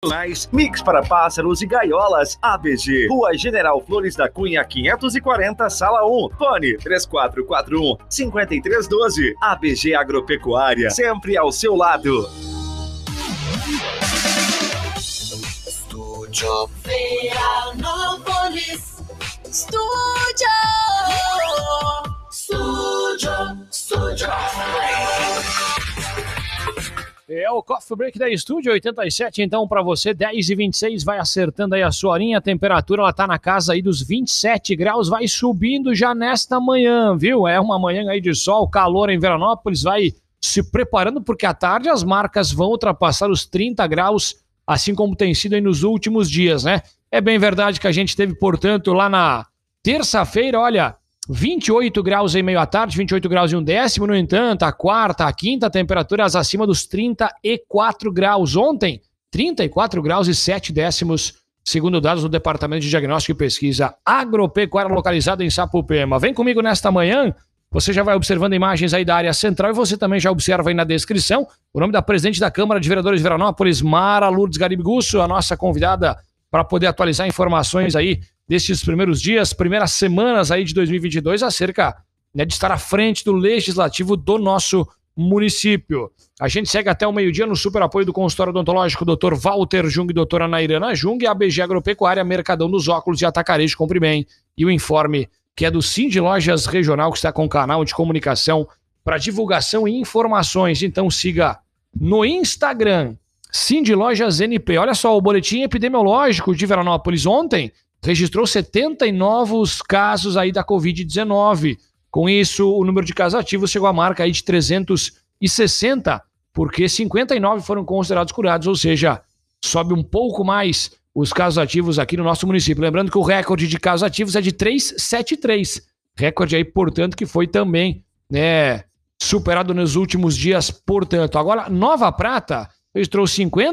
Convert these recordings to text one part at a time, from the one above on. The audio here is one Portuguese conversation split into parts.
Mais mix para pássaros e gaiolas ABG, Rua General Flores da Cunha 540, Sala 1, fone 3441-5312. ABG Agropecuária, sempre ao seu lado. Estúdio Veranópolis. Estúdio. É o Coffee Break da Estúdio 87, então, para você, 10h26, vai acertando aí a sua horinha, a temperatura, ela tá na casa aí dos 27 graus, vai subindo já nesta manhã, viu? É uma manhã aí de sol, calor em Veranópolis, vai se preparando, porque à tarde as marcas vão ultrapassar os 30 graus, assim como tem sido aí nos últimos dias, né? É bem verdade que a gente teve, portanto, lá na terça-feira, olha, 28 graus em meio à tarde, 28 graus e 1/10, no entanto, a quarta, a quinta, temperaturas acima dos 34 graus. Ontem, 34 graus e 7/10, segundo dados do Departamento de Diagnóstico e Pesquisa Agropecuária localizado em Sapopema. Vem comigo nesta manhã, você já vai observando imagens aí da área central e você também já observa aí na descrição o nome da presidente da Câmara de Vereadores de Veranópolis, Mara Lourdes Garibigusso, a nossa convidada para poder atualizar informações aí destes primeiros dias, primeiras semanas aí de 2022, acerca, né, de estar à frente do Legislativo do nosso município. A gente segue até o meio-dia no super apoio do consultório odontológico Dr. Walter Jung e doutora Nairana Jung, ABG Agropecuária, Mercadão dos Óculos e Atacarejo Compre Bem. E o informe que é do Cindy Lojas Regional, que está com canal de comunicação para divulgação e informações. Então siga no Instagram, Cindy Lojas NP. Olha só, o boletim epidemiológico de Veranópolis ontem registrou 70 novos casos aí da Covid-19. Com isso, o número de casos ativos chegou à marca aí de 360, porque 59 foram considerados curados, ou seja, sobe um pouco mais os casos ativos aqui no nosso município. Lembrando que o recorde de casos ativos é de 373. Recorde aí, portanto, que foi também, né, superado nos últimos dias, portanto. Agora, Nova Prata registrou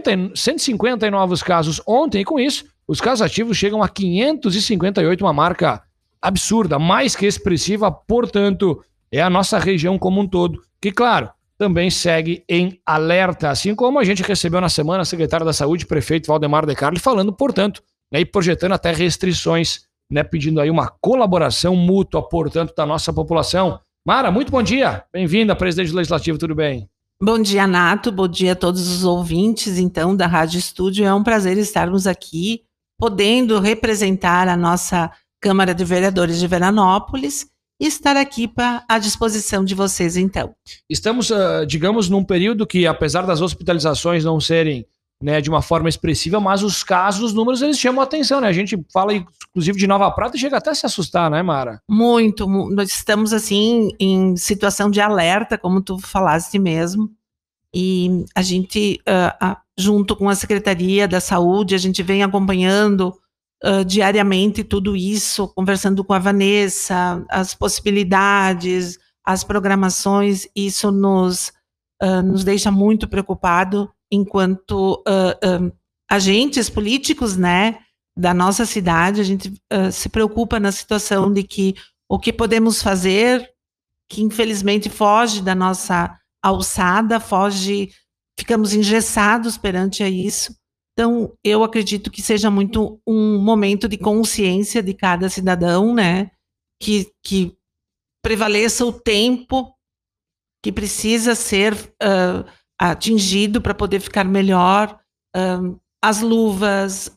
150 novos casos ontem, e com isso, os casos ativos chegam a 558, uma marca absurda, mais que expressiva, portanto, é a nossa região como um todo, que, claro, também segue em alerta, assim como a gente recebeu na semana a secretária da Saúde, prefeito Valdemar De Carli, falando, portanto, né, e projetando até restrições, né, pedindo aí uma colaboração mútua, portanto, da nossa população. Mara, muito bom dia, bem-vinda, presidente do Legislativo, tudo bem? Bom dia, Nato, bom dia a todos os ouvintes, então, da Rádio Estúdio. É um prazer estarmos aqui, podendo representar a nossa Câmara de Vereadores de Veranópolis e estar aqui à disposição de vocês, então. Estamos, digamos, num período que, apesar das hospitalizações não serem, né, de uma forma expressiva, mas os casos, os números, eles chamam a atenção, né? A gente fala, inclusive, de Nova Prata e chega até a se assustar, né, Mara? Muito. Nós estamos, assim, em situação de alerta, como tu falaste mesmo, e a gente, junto com a Secretaria da Saúde, a gente vem acompanhando diariamente tudo isso, conversando com a Vanessa, as possibilidades, as programações. Isso nos deixa muito preocupado enquanto agentes políticos, né, da nossa cidade. A gente se preocupa na situação de que o que podemos fazer, que infelizmente foge da nossa alçada, ficamos engessados perante a isso. Então, eu acredito que seja muito um momento de consciência de cada cidadão, né? Que prevaleça o tempo que precisa ser atingido para poder ficar melhor. As luvas,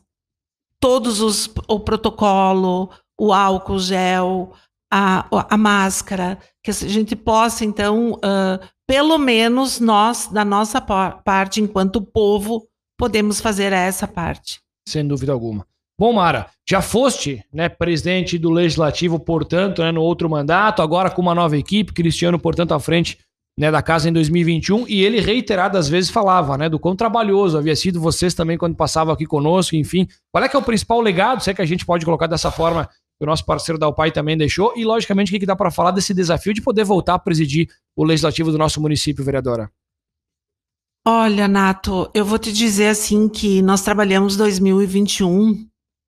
o protocolo, o álcool gel, a máscara, que a gente possa, então, pelo menos nós, da nossa parte, enquanto povo, podemos fazer essa parte. Sem dúvida alguma. Bom, Mara, já foste, né, presidente do Legislativo, portanto, né, no outro mandato, agora com uma nova equipe, Cristiano, portanto, à frente, né, da casa em 2021, e ele reiteradas vezes falava, né, do quão trabalhoso havia sido vocês também quando passavam aqui conosco, enfim. Qual é que é o principal legado, se é que a gente pode colocar dessa forma, que o nosso parceiro da UPAI também deixou, e logicamente o que dá para falar desse desafio de poder voltar a presidir o Legislativo do nosso município, vereadora? Olha, Nato, eu vou te dizer assim que nós trabalhamos 2021,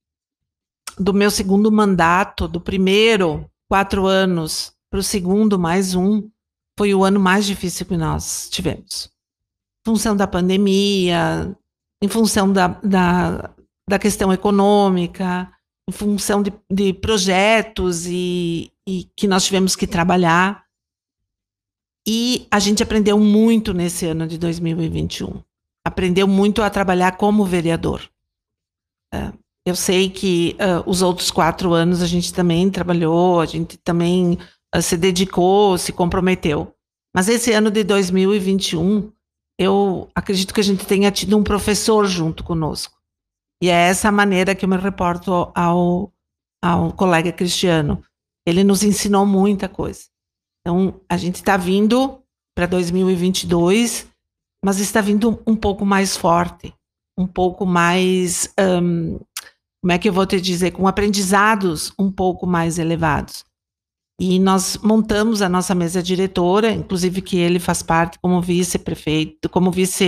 do meu segundo mandato, do primeiro 4 anos para o segundo mais um, foi o ano mais difícil que nós tivemos. Em função da pandemia, em função da questão econômica, em função de projetos e que nós tivemos que trabalhar. E a gente aprendeu muito nesse ano de 2021. Aprendeu muito a trabalhar como vereador. Eu sei que os outros 4 anos a gente também trabalhou, a gente também se dedicou, se comprometeu. Mas esse ano de 2021, eu acredito que a gente tenha tido um professor junto conosco. E é essa maneira que eu me reporto ao colega Cristiano. Ele nos ensinou muita coisa. Então, a gente está vindo para 2022, mas está vindo um pouco mais forte, um pouco mais, como é que eu vou te dizer, com aprendizados um pouco mais elevados. E nós montamos a nossa mesa diretora, inclusive que ele faz parte como vice-prefeito, como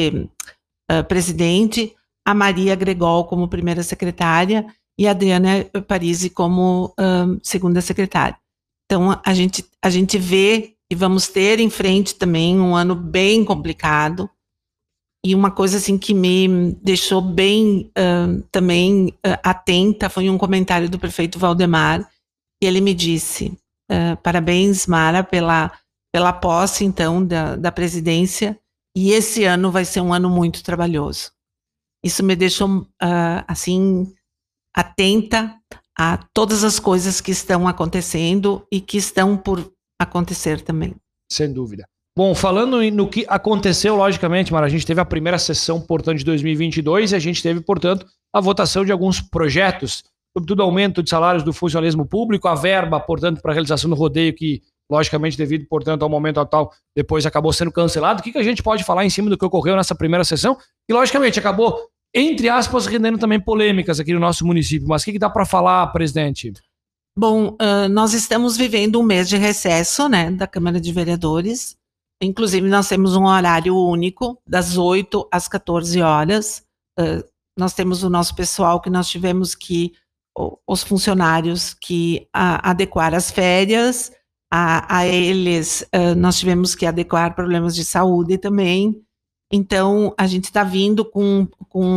vice-presidente, a Maria Gregol como primeira secretária e a Adriana Parisi como segunda secretária. Então, a gente vê que vamos ter em frente também um ano bem complicado. E uma coisa assim que me deixou bem também atenta foi um comentário do prefeito Valdemar, que ele me disse: parabéns, Mara, pela posse, então, da presidência, e esse ano vai ser um ano muito trabalhoso. Isso me deixou, assim, atenta a todas as coisas que estão acontecendo e que estão por acontecer também. Sem dúvida. Bom, falando no que aconteceu, logicamente, Mara, a gente teve a primeira sessão, portanto, de 2022 e a gente teve, portanto, a votação de alguns projetos, sobretudo aumento de salários do funcionalismo público, a verba, portanto, para a realização do rodeio que, logicamente, devido, portanto, ao momento atual, depois acabou sendo cancelado. O que a gente pode falar em cima do que ocorreu nessa primeira sessão? E, logicamente, acabou, entre aspas, rendendo também polêmicas aqui no nosso município. Mas o que dá para falar, presidente? Bom, nós estamos vivendo um mês de recesso, né, da Câmara de Vereadores. Inclusive, nós temos um horário único, das 8 às 14 horas. Nós temos o nosso pessoal que nós tivemos que, os funcionários que adequar as férias, a eles nós tivemos que adequar problemas de saúde também. Então, a gente está vindo com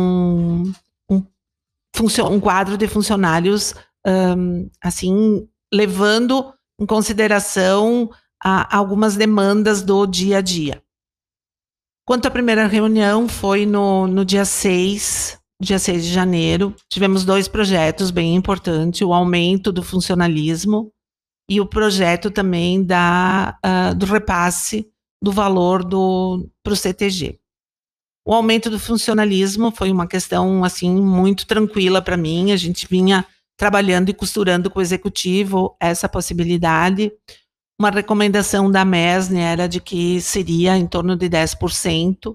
um quadro de funcionários, assim, levando em consideração algumas demandas do dia a dia. Quanto à primeira reunião, foi no dia 6 de janeiro. Tivemos 2 projetos bem importantes: o aumento do funcionalismo e o projeto também do repasse do valor para o CTG. O aumento do funcionalismo foi uma questão assim muito tranquila para mim. A gente vinha trabalhando e costurando com o executivo essa possibilidade. Uma recomendação da MESNE era de que seria em torno de 10%.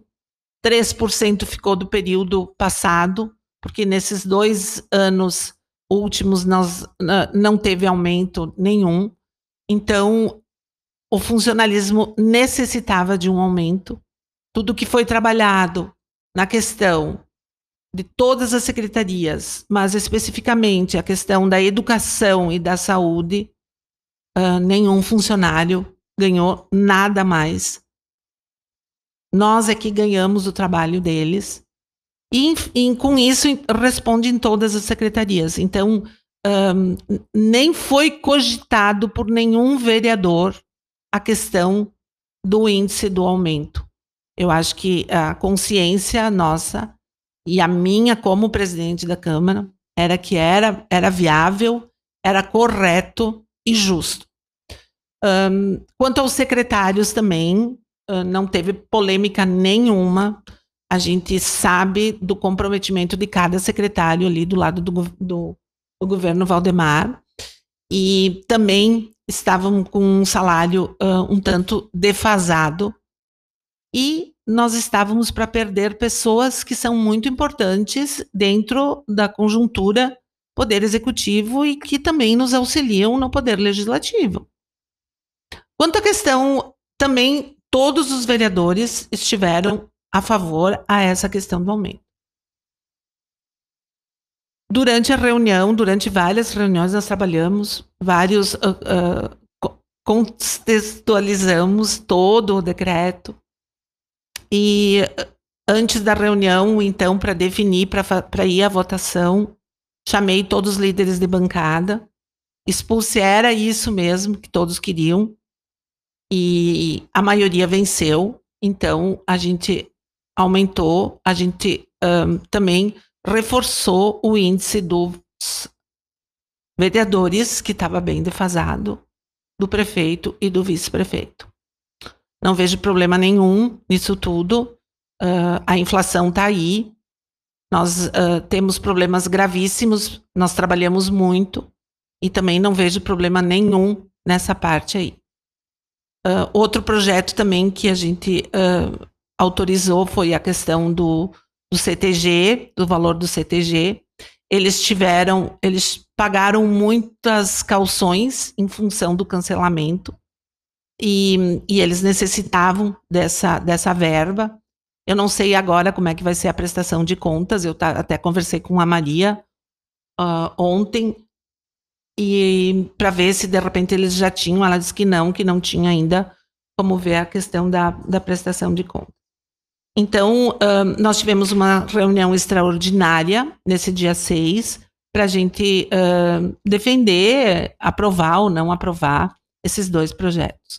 3% ficou do período passado, porque nesses 2 anos últimos nós não teve aumento nenhum. Então, o funcionalismo necessitava de um aumento. Tudo que foi trabalhado na questão de todas as secretarias, mas especificamente a questão da educação e da saúde, nenhum funcionário ganhou nada mais. Nós é que ganhamos o trabalho deles. E com isso responde em todas as secretarias. Então, nem foi cogitado por nenhum vereador a questão do índice do aumento. Eu acho que a consciência nossa e a minha como presidente da Câmara era que era viável, era correto e justo. Quanto aos secretários também, não teve polêmica nenhuma. A gente sabe do comprometimento de cada secretário ali do lado do governo Valdemar, e também estavam com um salário um tanto defasado, e nós estávamos para perder pessoas que são muito importantes dentro da conjuntura Poder Executivo e que também nos auxiliam no Poder Legislativo. Quanto à questão, também todos os vereadores estiveram a favor a essa questão do aumento. Durante a reunião, durante várias reuniões, nós trabalhamos, contextualizamos todo o decreto e Antes da reunião, então, para definir, para ir à votação, chamei todos os líderes de bancada, expulse era isso mesmo que todos queriam, e a maioria venceu, então a gente aumentou, a gente também reforçou o índice dos vereadores, que estava bem defasado, do prefeito e do vice-prefeito. Não vejo problema nenhum nisso tudo. A inflação está aí, nós temos problemas gravíssimos, nós trabalhamos muito e também não vejo problema nenhum nessa parte aí. Outro projeto também que a gente autorizou foi a questão do CTG, do valor do CTG. Eles pagaram muitas cauções em função do cancelamento e eles necessitavam dessa verba. Eu não sei agora como é que vai ser a prestação de contas, eu até conversei com a Maria ontem, e para ver se de repente eles já tinham, ela disse que não tinha ainda como ver a questão da prestação de contas. Então, nós tivemos uma reunião extraordinária nesse dia 6, para a gente defender, aprovar ou não aprovar esses 2 projetos.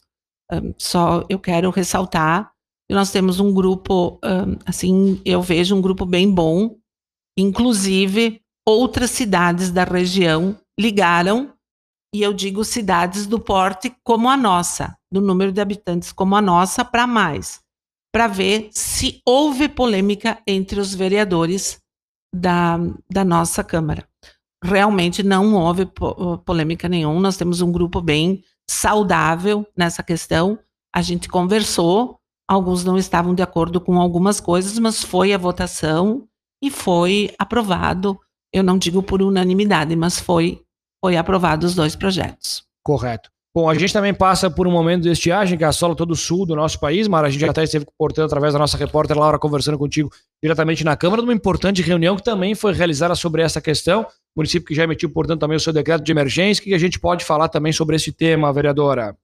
Só eu quero ressaltar que nós temos um grupo, assim, eu vejo um grupo bem bom, inclusive outras cidades da região ligaram, e eu digo cidades do porte como a nossa, do número de habitantes como a nossa, para mais, para ver se houve polêmica entre os vereadores da nossa Câmara. Realmente não houve polêmica nenhuma, nós temos um grupo bem saudável nessa questão, a gente conversou, alguns não estavam de acordo com algumas coisas, mas foi a votação e foi aprovado, eu não digo por unanimidade, mas foi aprovado os 2 projetos. Correto. Bom, a gente também passa por um momento de estiagem que assola todo o sul do nosso país, Mara. A gente já até esteve, portanto, através da nossa repórter Laura, conversando contigo diretamente na Câmara, numa importante reunião que também foi realizada sobre essa questão. O município que já emitiu, portanto, também o seu decreto de emergência. O que a gente pode falar também sobre esse tema, vereadora?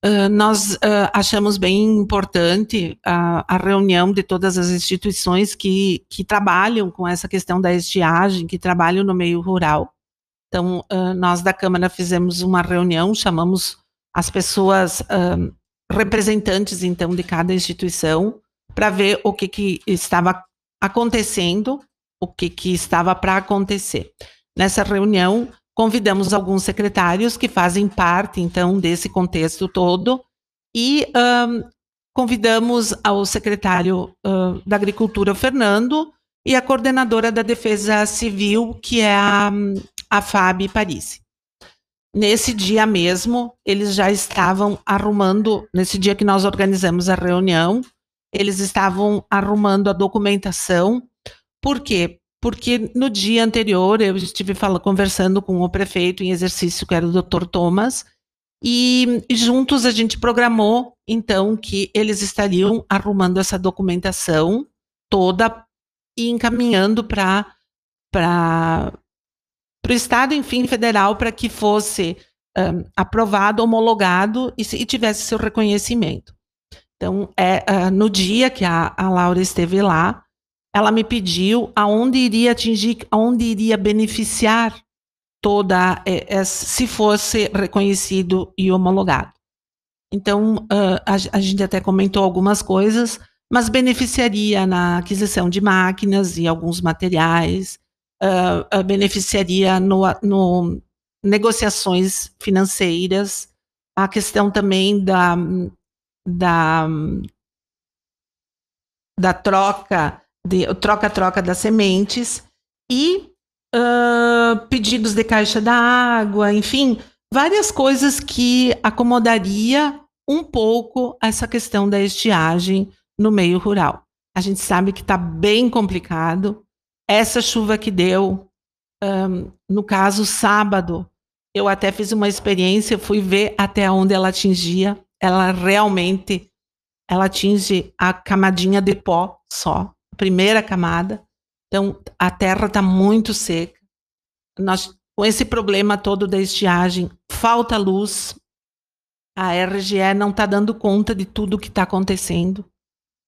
Nós achamos bem importante a reunião de todas as instituições que trabalham com essa questão da estiagem, que trabalham no meio rural. Então, nós da Câmara fizemos uma reunião, chamamos as pessoas representantes, então, de cada instituição, para ver o que estava acontecendo, o que estava para acontecer. Nessa reunião, convidamos alguns secretários que fazem parte, então, desse contexto todo, e convidamos ao secretário da Agricultura, o Fernando, e a coordenadora da Defesa Civil, que é a Fábio Parisi. Nesse dia mesmo, eles já estavam arrumando, nesse dia que nós organizamos a reunião, eles estavam arrumando a documentação. Por quê? Porque no dia anterior eu estive conversando com o prefeito em exercício, que era o Dr. Thomas, e juntos a gente programou, então, que eles estariam arrumando essa documentação toda e encaminhando para o Estado, enfim, federal, para que fosse aprovado, homologado e tivesse seu reconhecimento. Então, no dia que a Laura esteve lá, ela me pediu aonde iria atingir, aonde iria beneficiar toda, se fosse reconhecido e homologado. Então, a gente até comentou algumas coisas, mas beneficiaria na aquisição de máquinas e alguns materiais, beneficiaria no negociações financeiras, a questão também da troca das sementes e pedidos de caixa da água, enfim, várias coisas que acomodaria um pouco essa questão da estiagem no meio rural. A gente sabe que está bem complicado. Essa chuva que deu, no caso, sábado, eu até fiz uma experiência, fui ver até onde ela atingia. Ela realmente, atinge a camadinha de pó só, a primeira camada. Então, a terra está muito seca. Nós, com esse problema todo da estiagem, falta luz. A RGE não está dando conta de tudo que está acontecendo.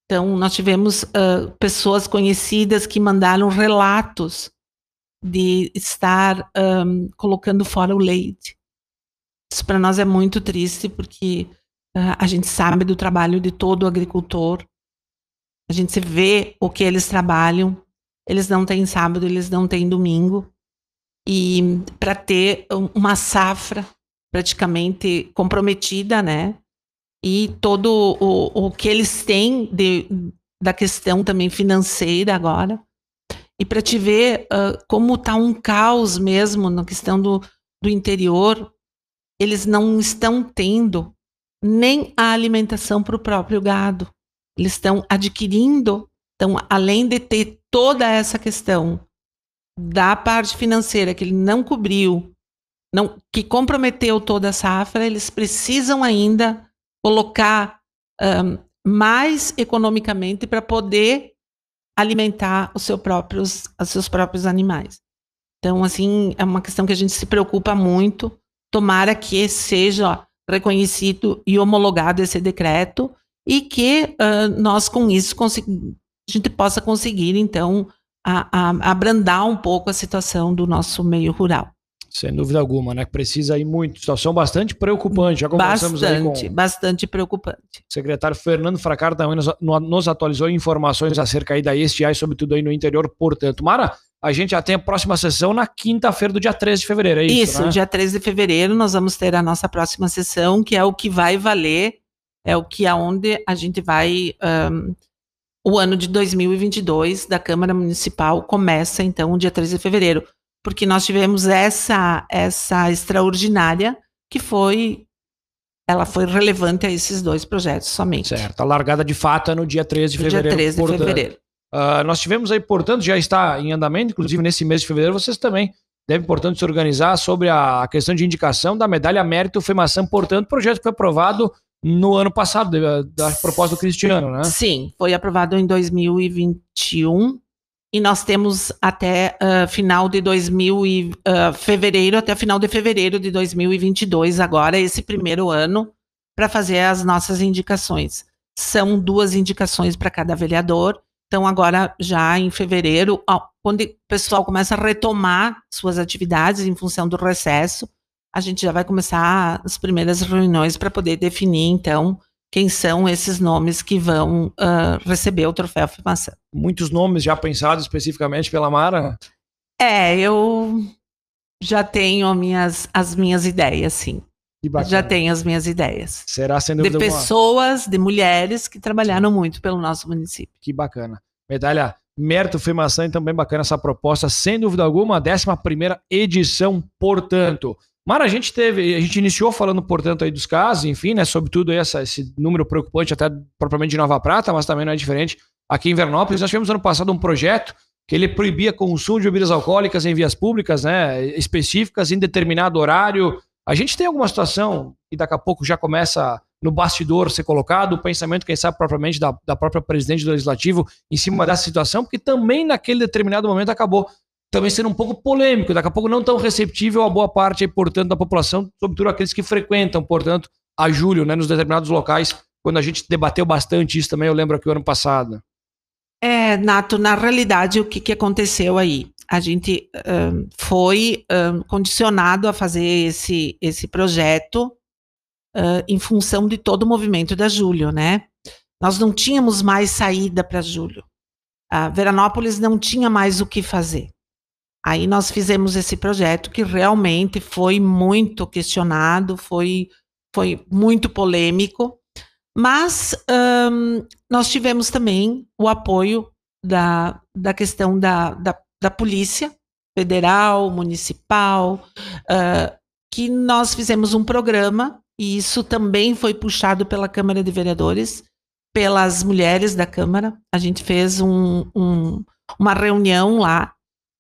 Então, nós tivemos pessoas conhecidas que mandaram relatos de estar colocando fora o leite. Isso para nós é muito triste, porque a gente sabe do trabalho de todo agricultor, a gente vê o que eles trabalham, eles não têm sábado, eles não têm domingo, e para ter uma safra praticamente comprometida, né? E todo o que eles têm da questão também financeira agora. E para te ver como está um caos mesmo na questão do interior, eles não estão tendo nem a alimentação para o próprio gado. Eles estão adquirindo, então, além de ter toda essa questão da parte financeira que ele não cobriu, que comprometeu toda a safra, eles precisam ainda colocar mais economicamente para poder alimentar os seus próprios animais. Então, assim, é uma questão que a gente se preocupa muito. Tomara que seja reconhecido e homologado esse decreto e que nós, com isso, a gente possa conseguir, então, abrandar um pouco a situação do nosso meio rural. Sem dúvida alguma, né? Precisa ir muito. Situação bastante preocupante. Já conversamos bastante preocupante. O secretário Fernando Fracaro também nos atualizou informações acerca aí da estiagem, sobretudo aí no interior. Portanto, Mara, a gente já tem a próxima sessão na quinta-feira do dia 13 de fevereiro, é isso? Isso, né? Dia 13 de fevereiro nós vamos ter a nossa próxima sessão, que é o que vai valer, aonde a gente vai... o ano de 2022 da Câmara Municipal começa, então, dia 13 de fevereiro. Porque nós tivemos essa extraordinária ela foi relevante a esses dois projetos somente. Certo, a largada de fato é no dia 13 de fevereiro. Dia 13 de fevereiro. Nós tivemos aí, portanto, já está em andamento, inclusive nesse mês de fevereiro, vocês também devem, portanto, se organizar sobre a questão de indicação da medalha Mérito FEMAÇã, portanto, o projeto foi aprovado no ano passado, da proposta do Cristiano, né? Sim, foi aprovado em 2021. E nós temos até final de fevereiro, até final de fevereiro de 2022, agora, esse primeiro ano, para fazer as nossas indicações. São 2 indicações para cada vereador. Então, agora, já em fevereiro, quando o pessoal começa a retomar suas atividades em função do recesso, a gente já vai começar as primeiras reuniões para poder definir, então, quem são esses nomes que vão receber o troféu FEMAÇã. Muitos nomes já pensados especificamente pela Mara? Eu já tenho as minhas ideias, sim. Já tenho as minhas ideias. Será, sem dúvida alguma, de pessoas, de mulheres que trabalharam muito pelo nosso município. Que bacana. Medalha Mérito FEMAÇã, então bem bacana essa proposta, sem dúvida alguma, a 11ª edição, portanto. Mara, a gente iniciou falando, portanto, aí dos casos, enfim, né, sobretudo aí esse número preocupante até propriamente de Nova Prata, mas também não é diferente aqui em Vernópolis. Nós tivemos ano passado um projeto que ele proibia consumo de bebidas alcoólicas em vias públicas, né, específicas, em determinado horário. A gente tem alguma situação e daqui a pouco já começa no bastidor ser colocado, o pensamento, quem sabe, propriamente da própria presidente do Legislativo em cima dessa situação, porque também naquele determinado momento acabou também sendo um pouco polêmico, daqui a pouco não tão receptível a boa parte, aí, portanto, da população, sobretudo aqueles que frequentam, portanto, a Júlio, né, nos determinados locais, quando a gente debateu bastante isso também, eu lembro aqui o ano passado. Nato, na realidade, o que aconteceu aí? A gente foi condicionado a fazer esse projeto em função de todo o movimento da Júlio, né? Nós não tínhamos mais saída para Júlio. A Veranópolis não tinha mais o que fazer. Aí nós fizemos esse projeto que realmente foi muito questionado, foi muito polêmico, mas nós tivemos também o apoio da questão da Polícia Federal, Municipal, que nós fizemos um programa, e isso também foi puxado pela Câmara de Vereadores, pelas mulheres da Câmara. A gente fez uma reunião lá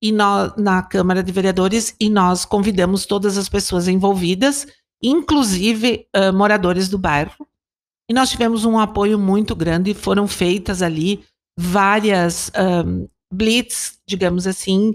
na Câmara de Vereadores e nós convidamos todas as pessoas envolvidas, inclusive moradores do bairro. E nós tivemos um apoio muito grande, foram feitas ali várias blitz, digamos assim,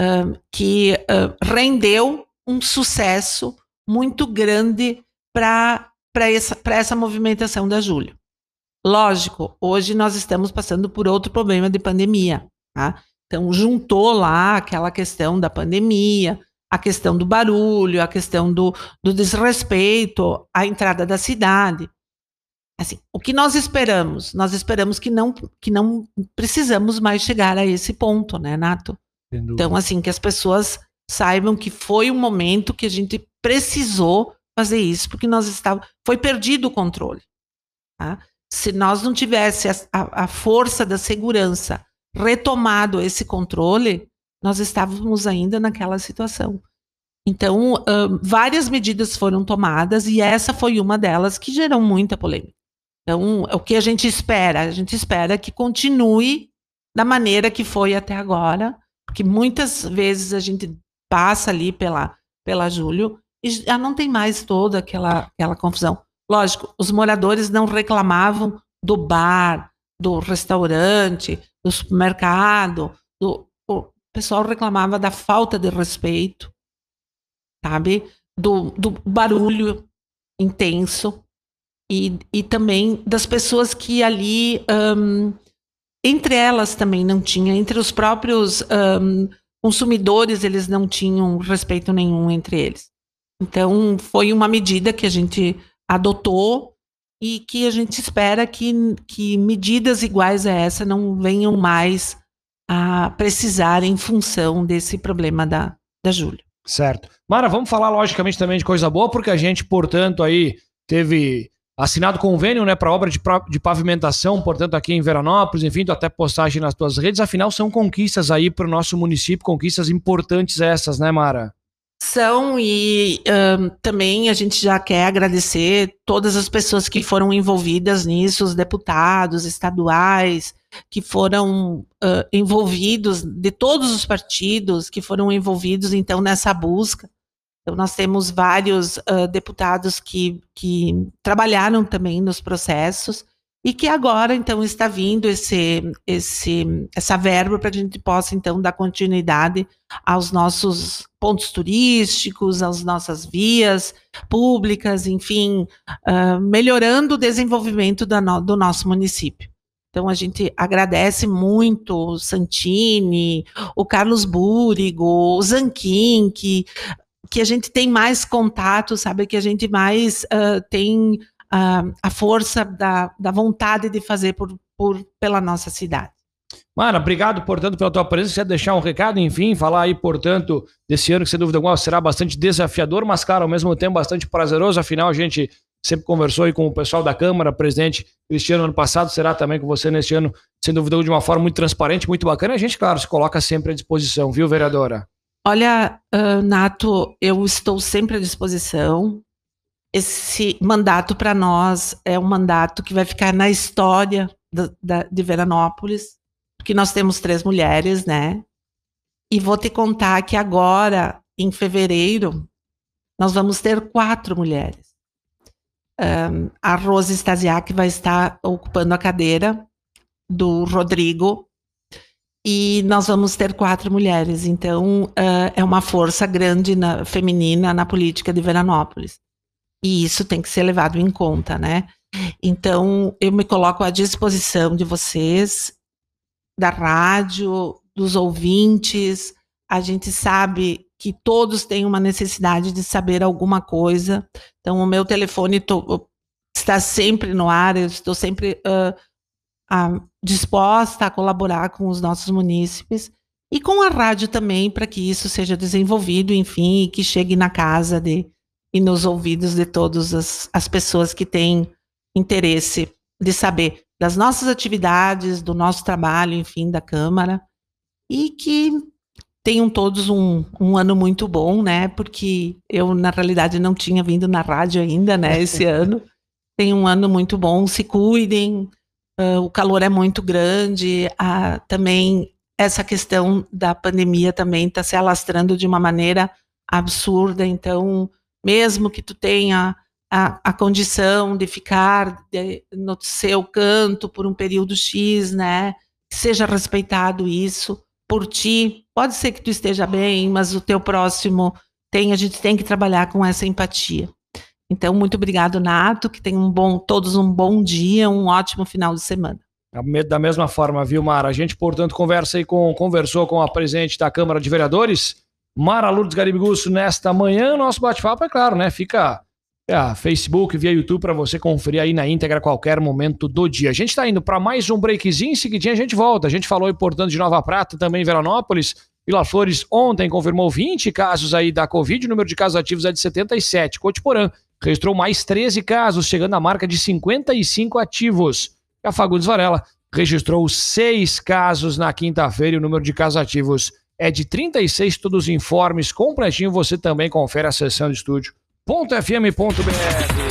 que rendeu um sucesso muito grande para essa movimentação da Júlio. Lógico, hoje nós estamos passando por outro problema de pandemia, tá? Então, juntou lá aquela questão da pandemia, a questão do barulho, a questão do desrespeito à entrada da cidade. Assim, o que nós esperamos? Nós esperamos que não precisamos mais chegar a esse ponto, né, Nato? Então, assim, que as pessoas saibam que foi um momento que a gente precisou fazer isso, porque foi perdido o controle. Tá? Se nós não tivesse a força da segurança retomado esse controle, nós estávamos ainda naquela situação. Então, várias medidas foram tomadas e essa foi uma delas que gerou muita polêmica. Então, o que a gente espera? A gente espera que continue da maneira que foi até agora, porque muitas vezes a gente passa ali pela Júlio e já não tem mais toda aquela confusão. Lógico, os moradores não reclamavam do bar, do restaurante, do supermercado, o pessoal reclamava da falta de respeito, sabe? Do barulho intenso e também das pessoas que ali, entre elas também não tinha, entre os próprios consumidores, eles não tinham respeito nenhum entre eles. Então, foi uma medida que a gente adotou e que a gente espera que medidas iguais a essa não venham mais a precisar em função desse problema da Júlio. Certo. Mara, vamos falar logicamente também de coisa boa, porque a gente, portanto, aí teve assinado convênio, né, para obra de pavimentação, portanto, aqui em Veranópolis, enfim, tu até postagem nas tuas redes, afinal são conquistas aí para o nosso município, conquistas importantes essas, né, Mara? São, e também a gente já quer agradecer todas as pessoas que foram envolvidas nisso, os deputados estaduais, que foram envolvidos, de todos os partidos que foram envolvidos, então, nessa busca. Então, nós temos vários deputados que trabalharam também nos processos e que agora, então, está vindo essa verba para que a gente possa, então, dar continuidade aos nossos pontos turísticos, às nossas vias públicas, enfim, melhorando o desenvolvimento do nosso município. Então, a gente agradece muito o Santini, o Carlos Búrigo, o Zanquim, que a gente tem mais contato, sabe, que a gente mais tem a força da vontade de fazer pela nossa cidade. Mara, obrigado, portanto, pela tua presença. Você deixar um recado, enfim, falar aí, portanto, desse ano que, sem dúvida alguma, será bastante desafiador, mas, claro, ao mesmo tempo bastante prazeroso. Afinal, a gente sempre conversou aí com o pessoal da Câmara, presidente Cristiano, ano passado, será também com você neste ano, sem dúvida alguma, de uma forma muito transparente, muito bacana. A gente, claro, se coloca sempre à disposição, viu, vereadora? Olha, Nato, eu estou sempre à disposição. Esse mandato para nós é um mandato que vai ficar na história de Veranópolis, porque nós temos 3 mulheres, né? E vou te contar que agora, em fevereiro, nós vamos ter 4 mulheres. A Rose Stasiak vai estar ocupando a cadeira do Rodrigo, e nós vamos ter 4 mulheres. Então, é uma força grande feminina na política de Veranópolis. E isso tem que ser levado em conta, né? Então, eu me coloco à disposição de vocês, da rádio, dos ouvintes. A gente sabe que todos têm uma necessidade de saber alguma coisa. Então, o meu telefone está sempre no ar, eu estou sempre disposta a colaborar com os nossos munícipes e com a rádio também, para que isso seja desenvolvido, enfim, e que chegue na casa e nos ouvidos de todas as pessoas que têm interesse de saber das nossas atividades, do nosso trabalho, enfim, da Câmara, e que tenham todos um ano muito bom, né? Porque eu, na realidade, não tinha vindo na rádio ainda, né, esse ano. Tem um ano muito bom, se cuidem, o calor é muito grande, também essa questão da pandemia também está se alastrando de uma maneira absurda, então, mesmo que tu tenha a condição de ficar no seu canto por um período X, né, seja respeitado isso por ti. Pode ser que tu esteja bem, mas o teu próximo a gente tem que trabalhar com essa empatia. Então, muito obrigado, Nato, que tenham todos um bom dia, um ótimo final de semana. Da mesma forma, viu, Mara? A gente, portanto, conversou com a presidente da Câmara de Vereadores, Mara Lourdes Garibigusso, nesta manhã. Nosso bate-papo, é claro, né? Fica Facebook, via YouTube, para você conferir aí na íntegra a qualquer momento do dia. A gente está indo para mais um breakzinho, em seguidinho a gente volta. A gente falou, portanto, de Nova Prata, também Veranópolis. Vila Flores ontem confirmou 20 casos aí da Covid, o número de casos ativos é de 77. Cotiporã registrou mais 13 casos, chegando à marca de 55 ativos. A Fagundes Varela registrou 6 casos na quinta-feira e o número de casos ativos é de 36. Todos os informes completinho você também confere a seção de estúdio.fm.br.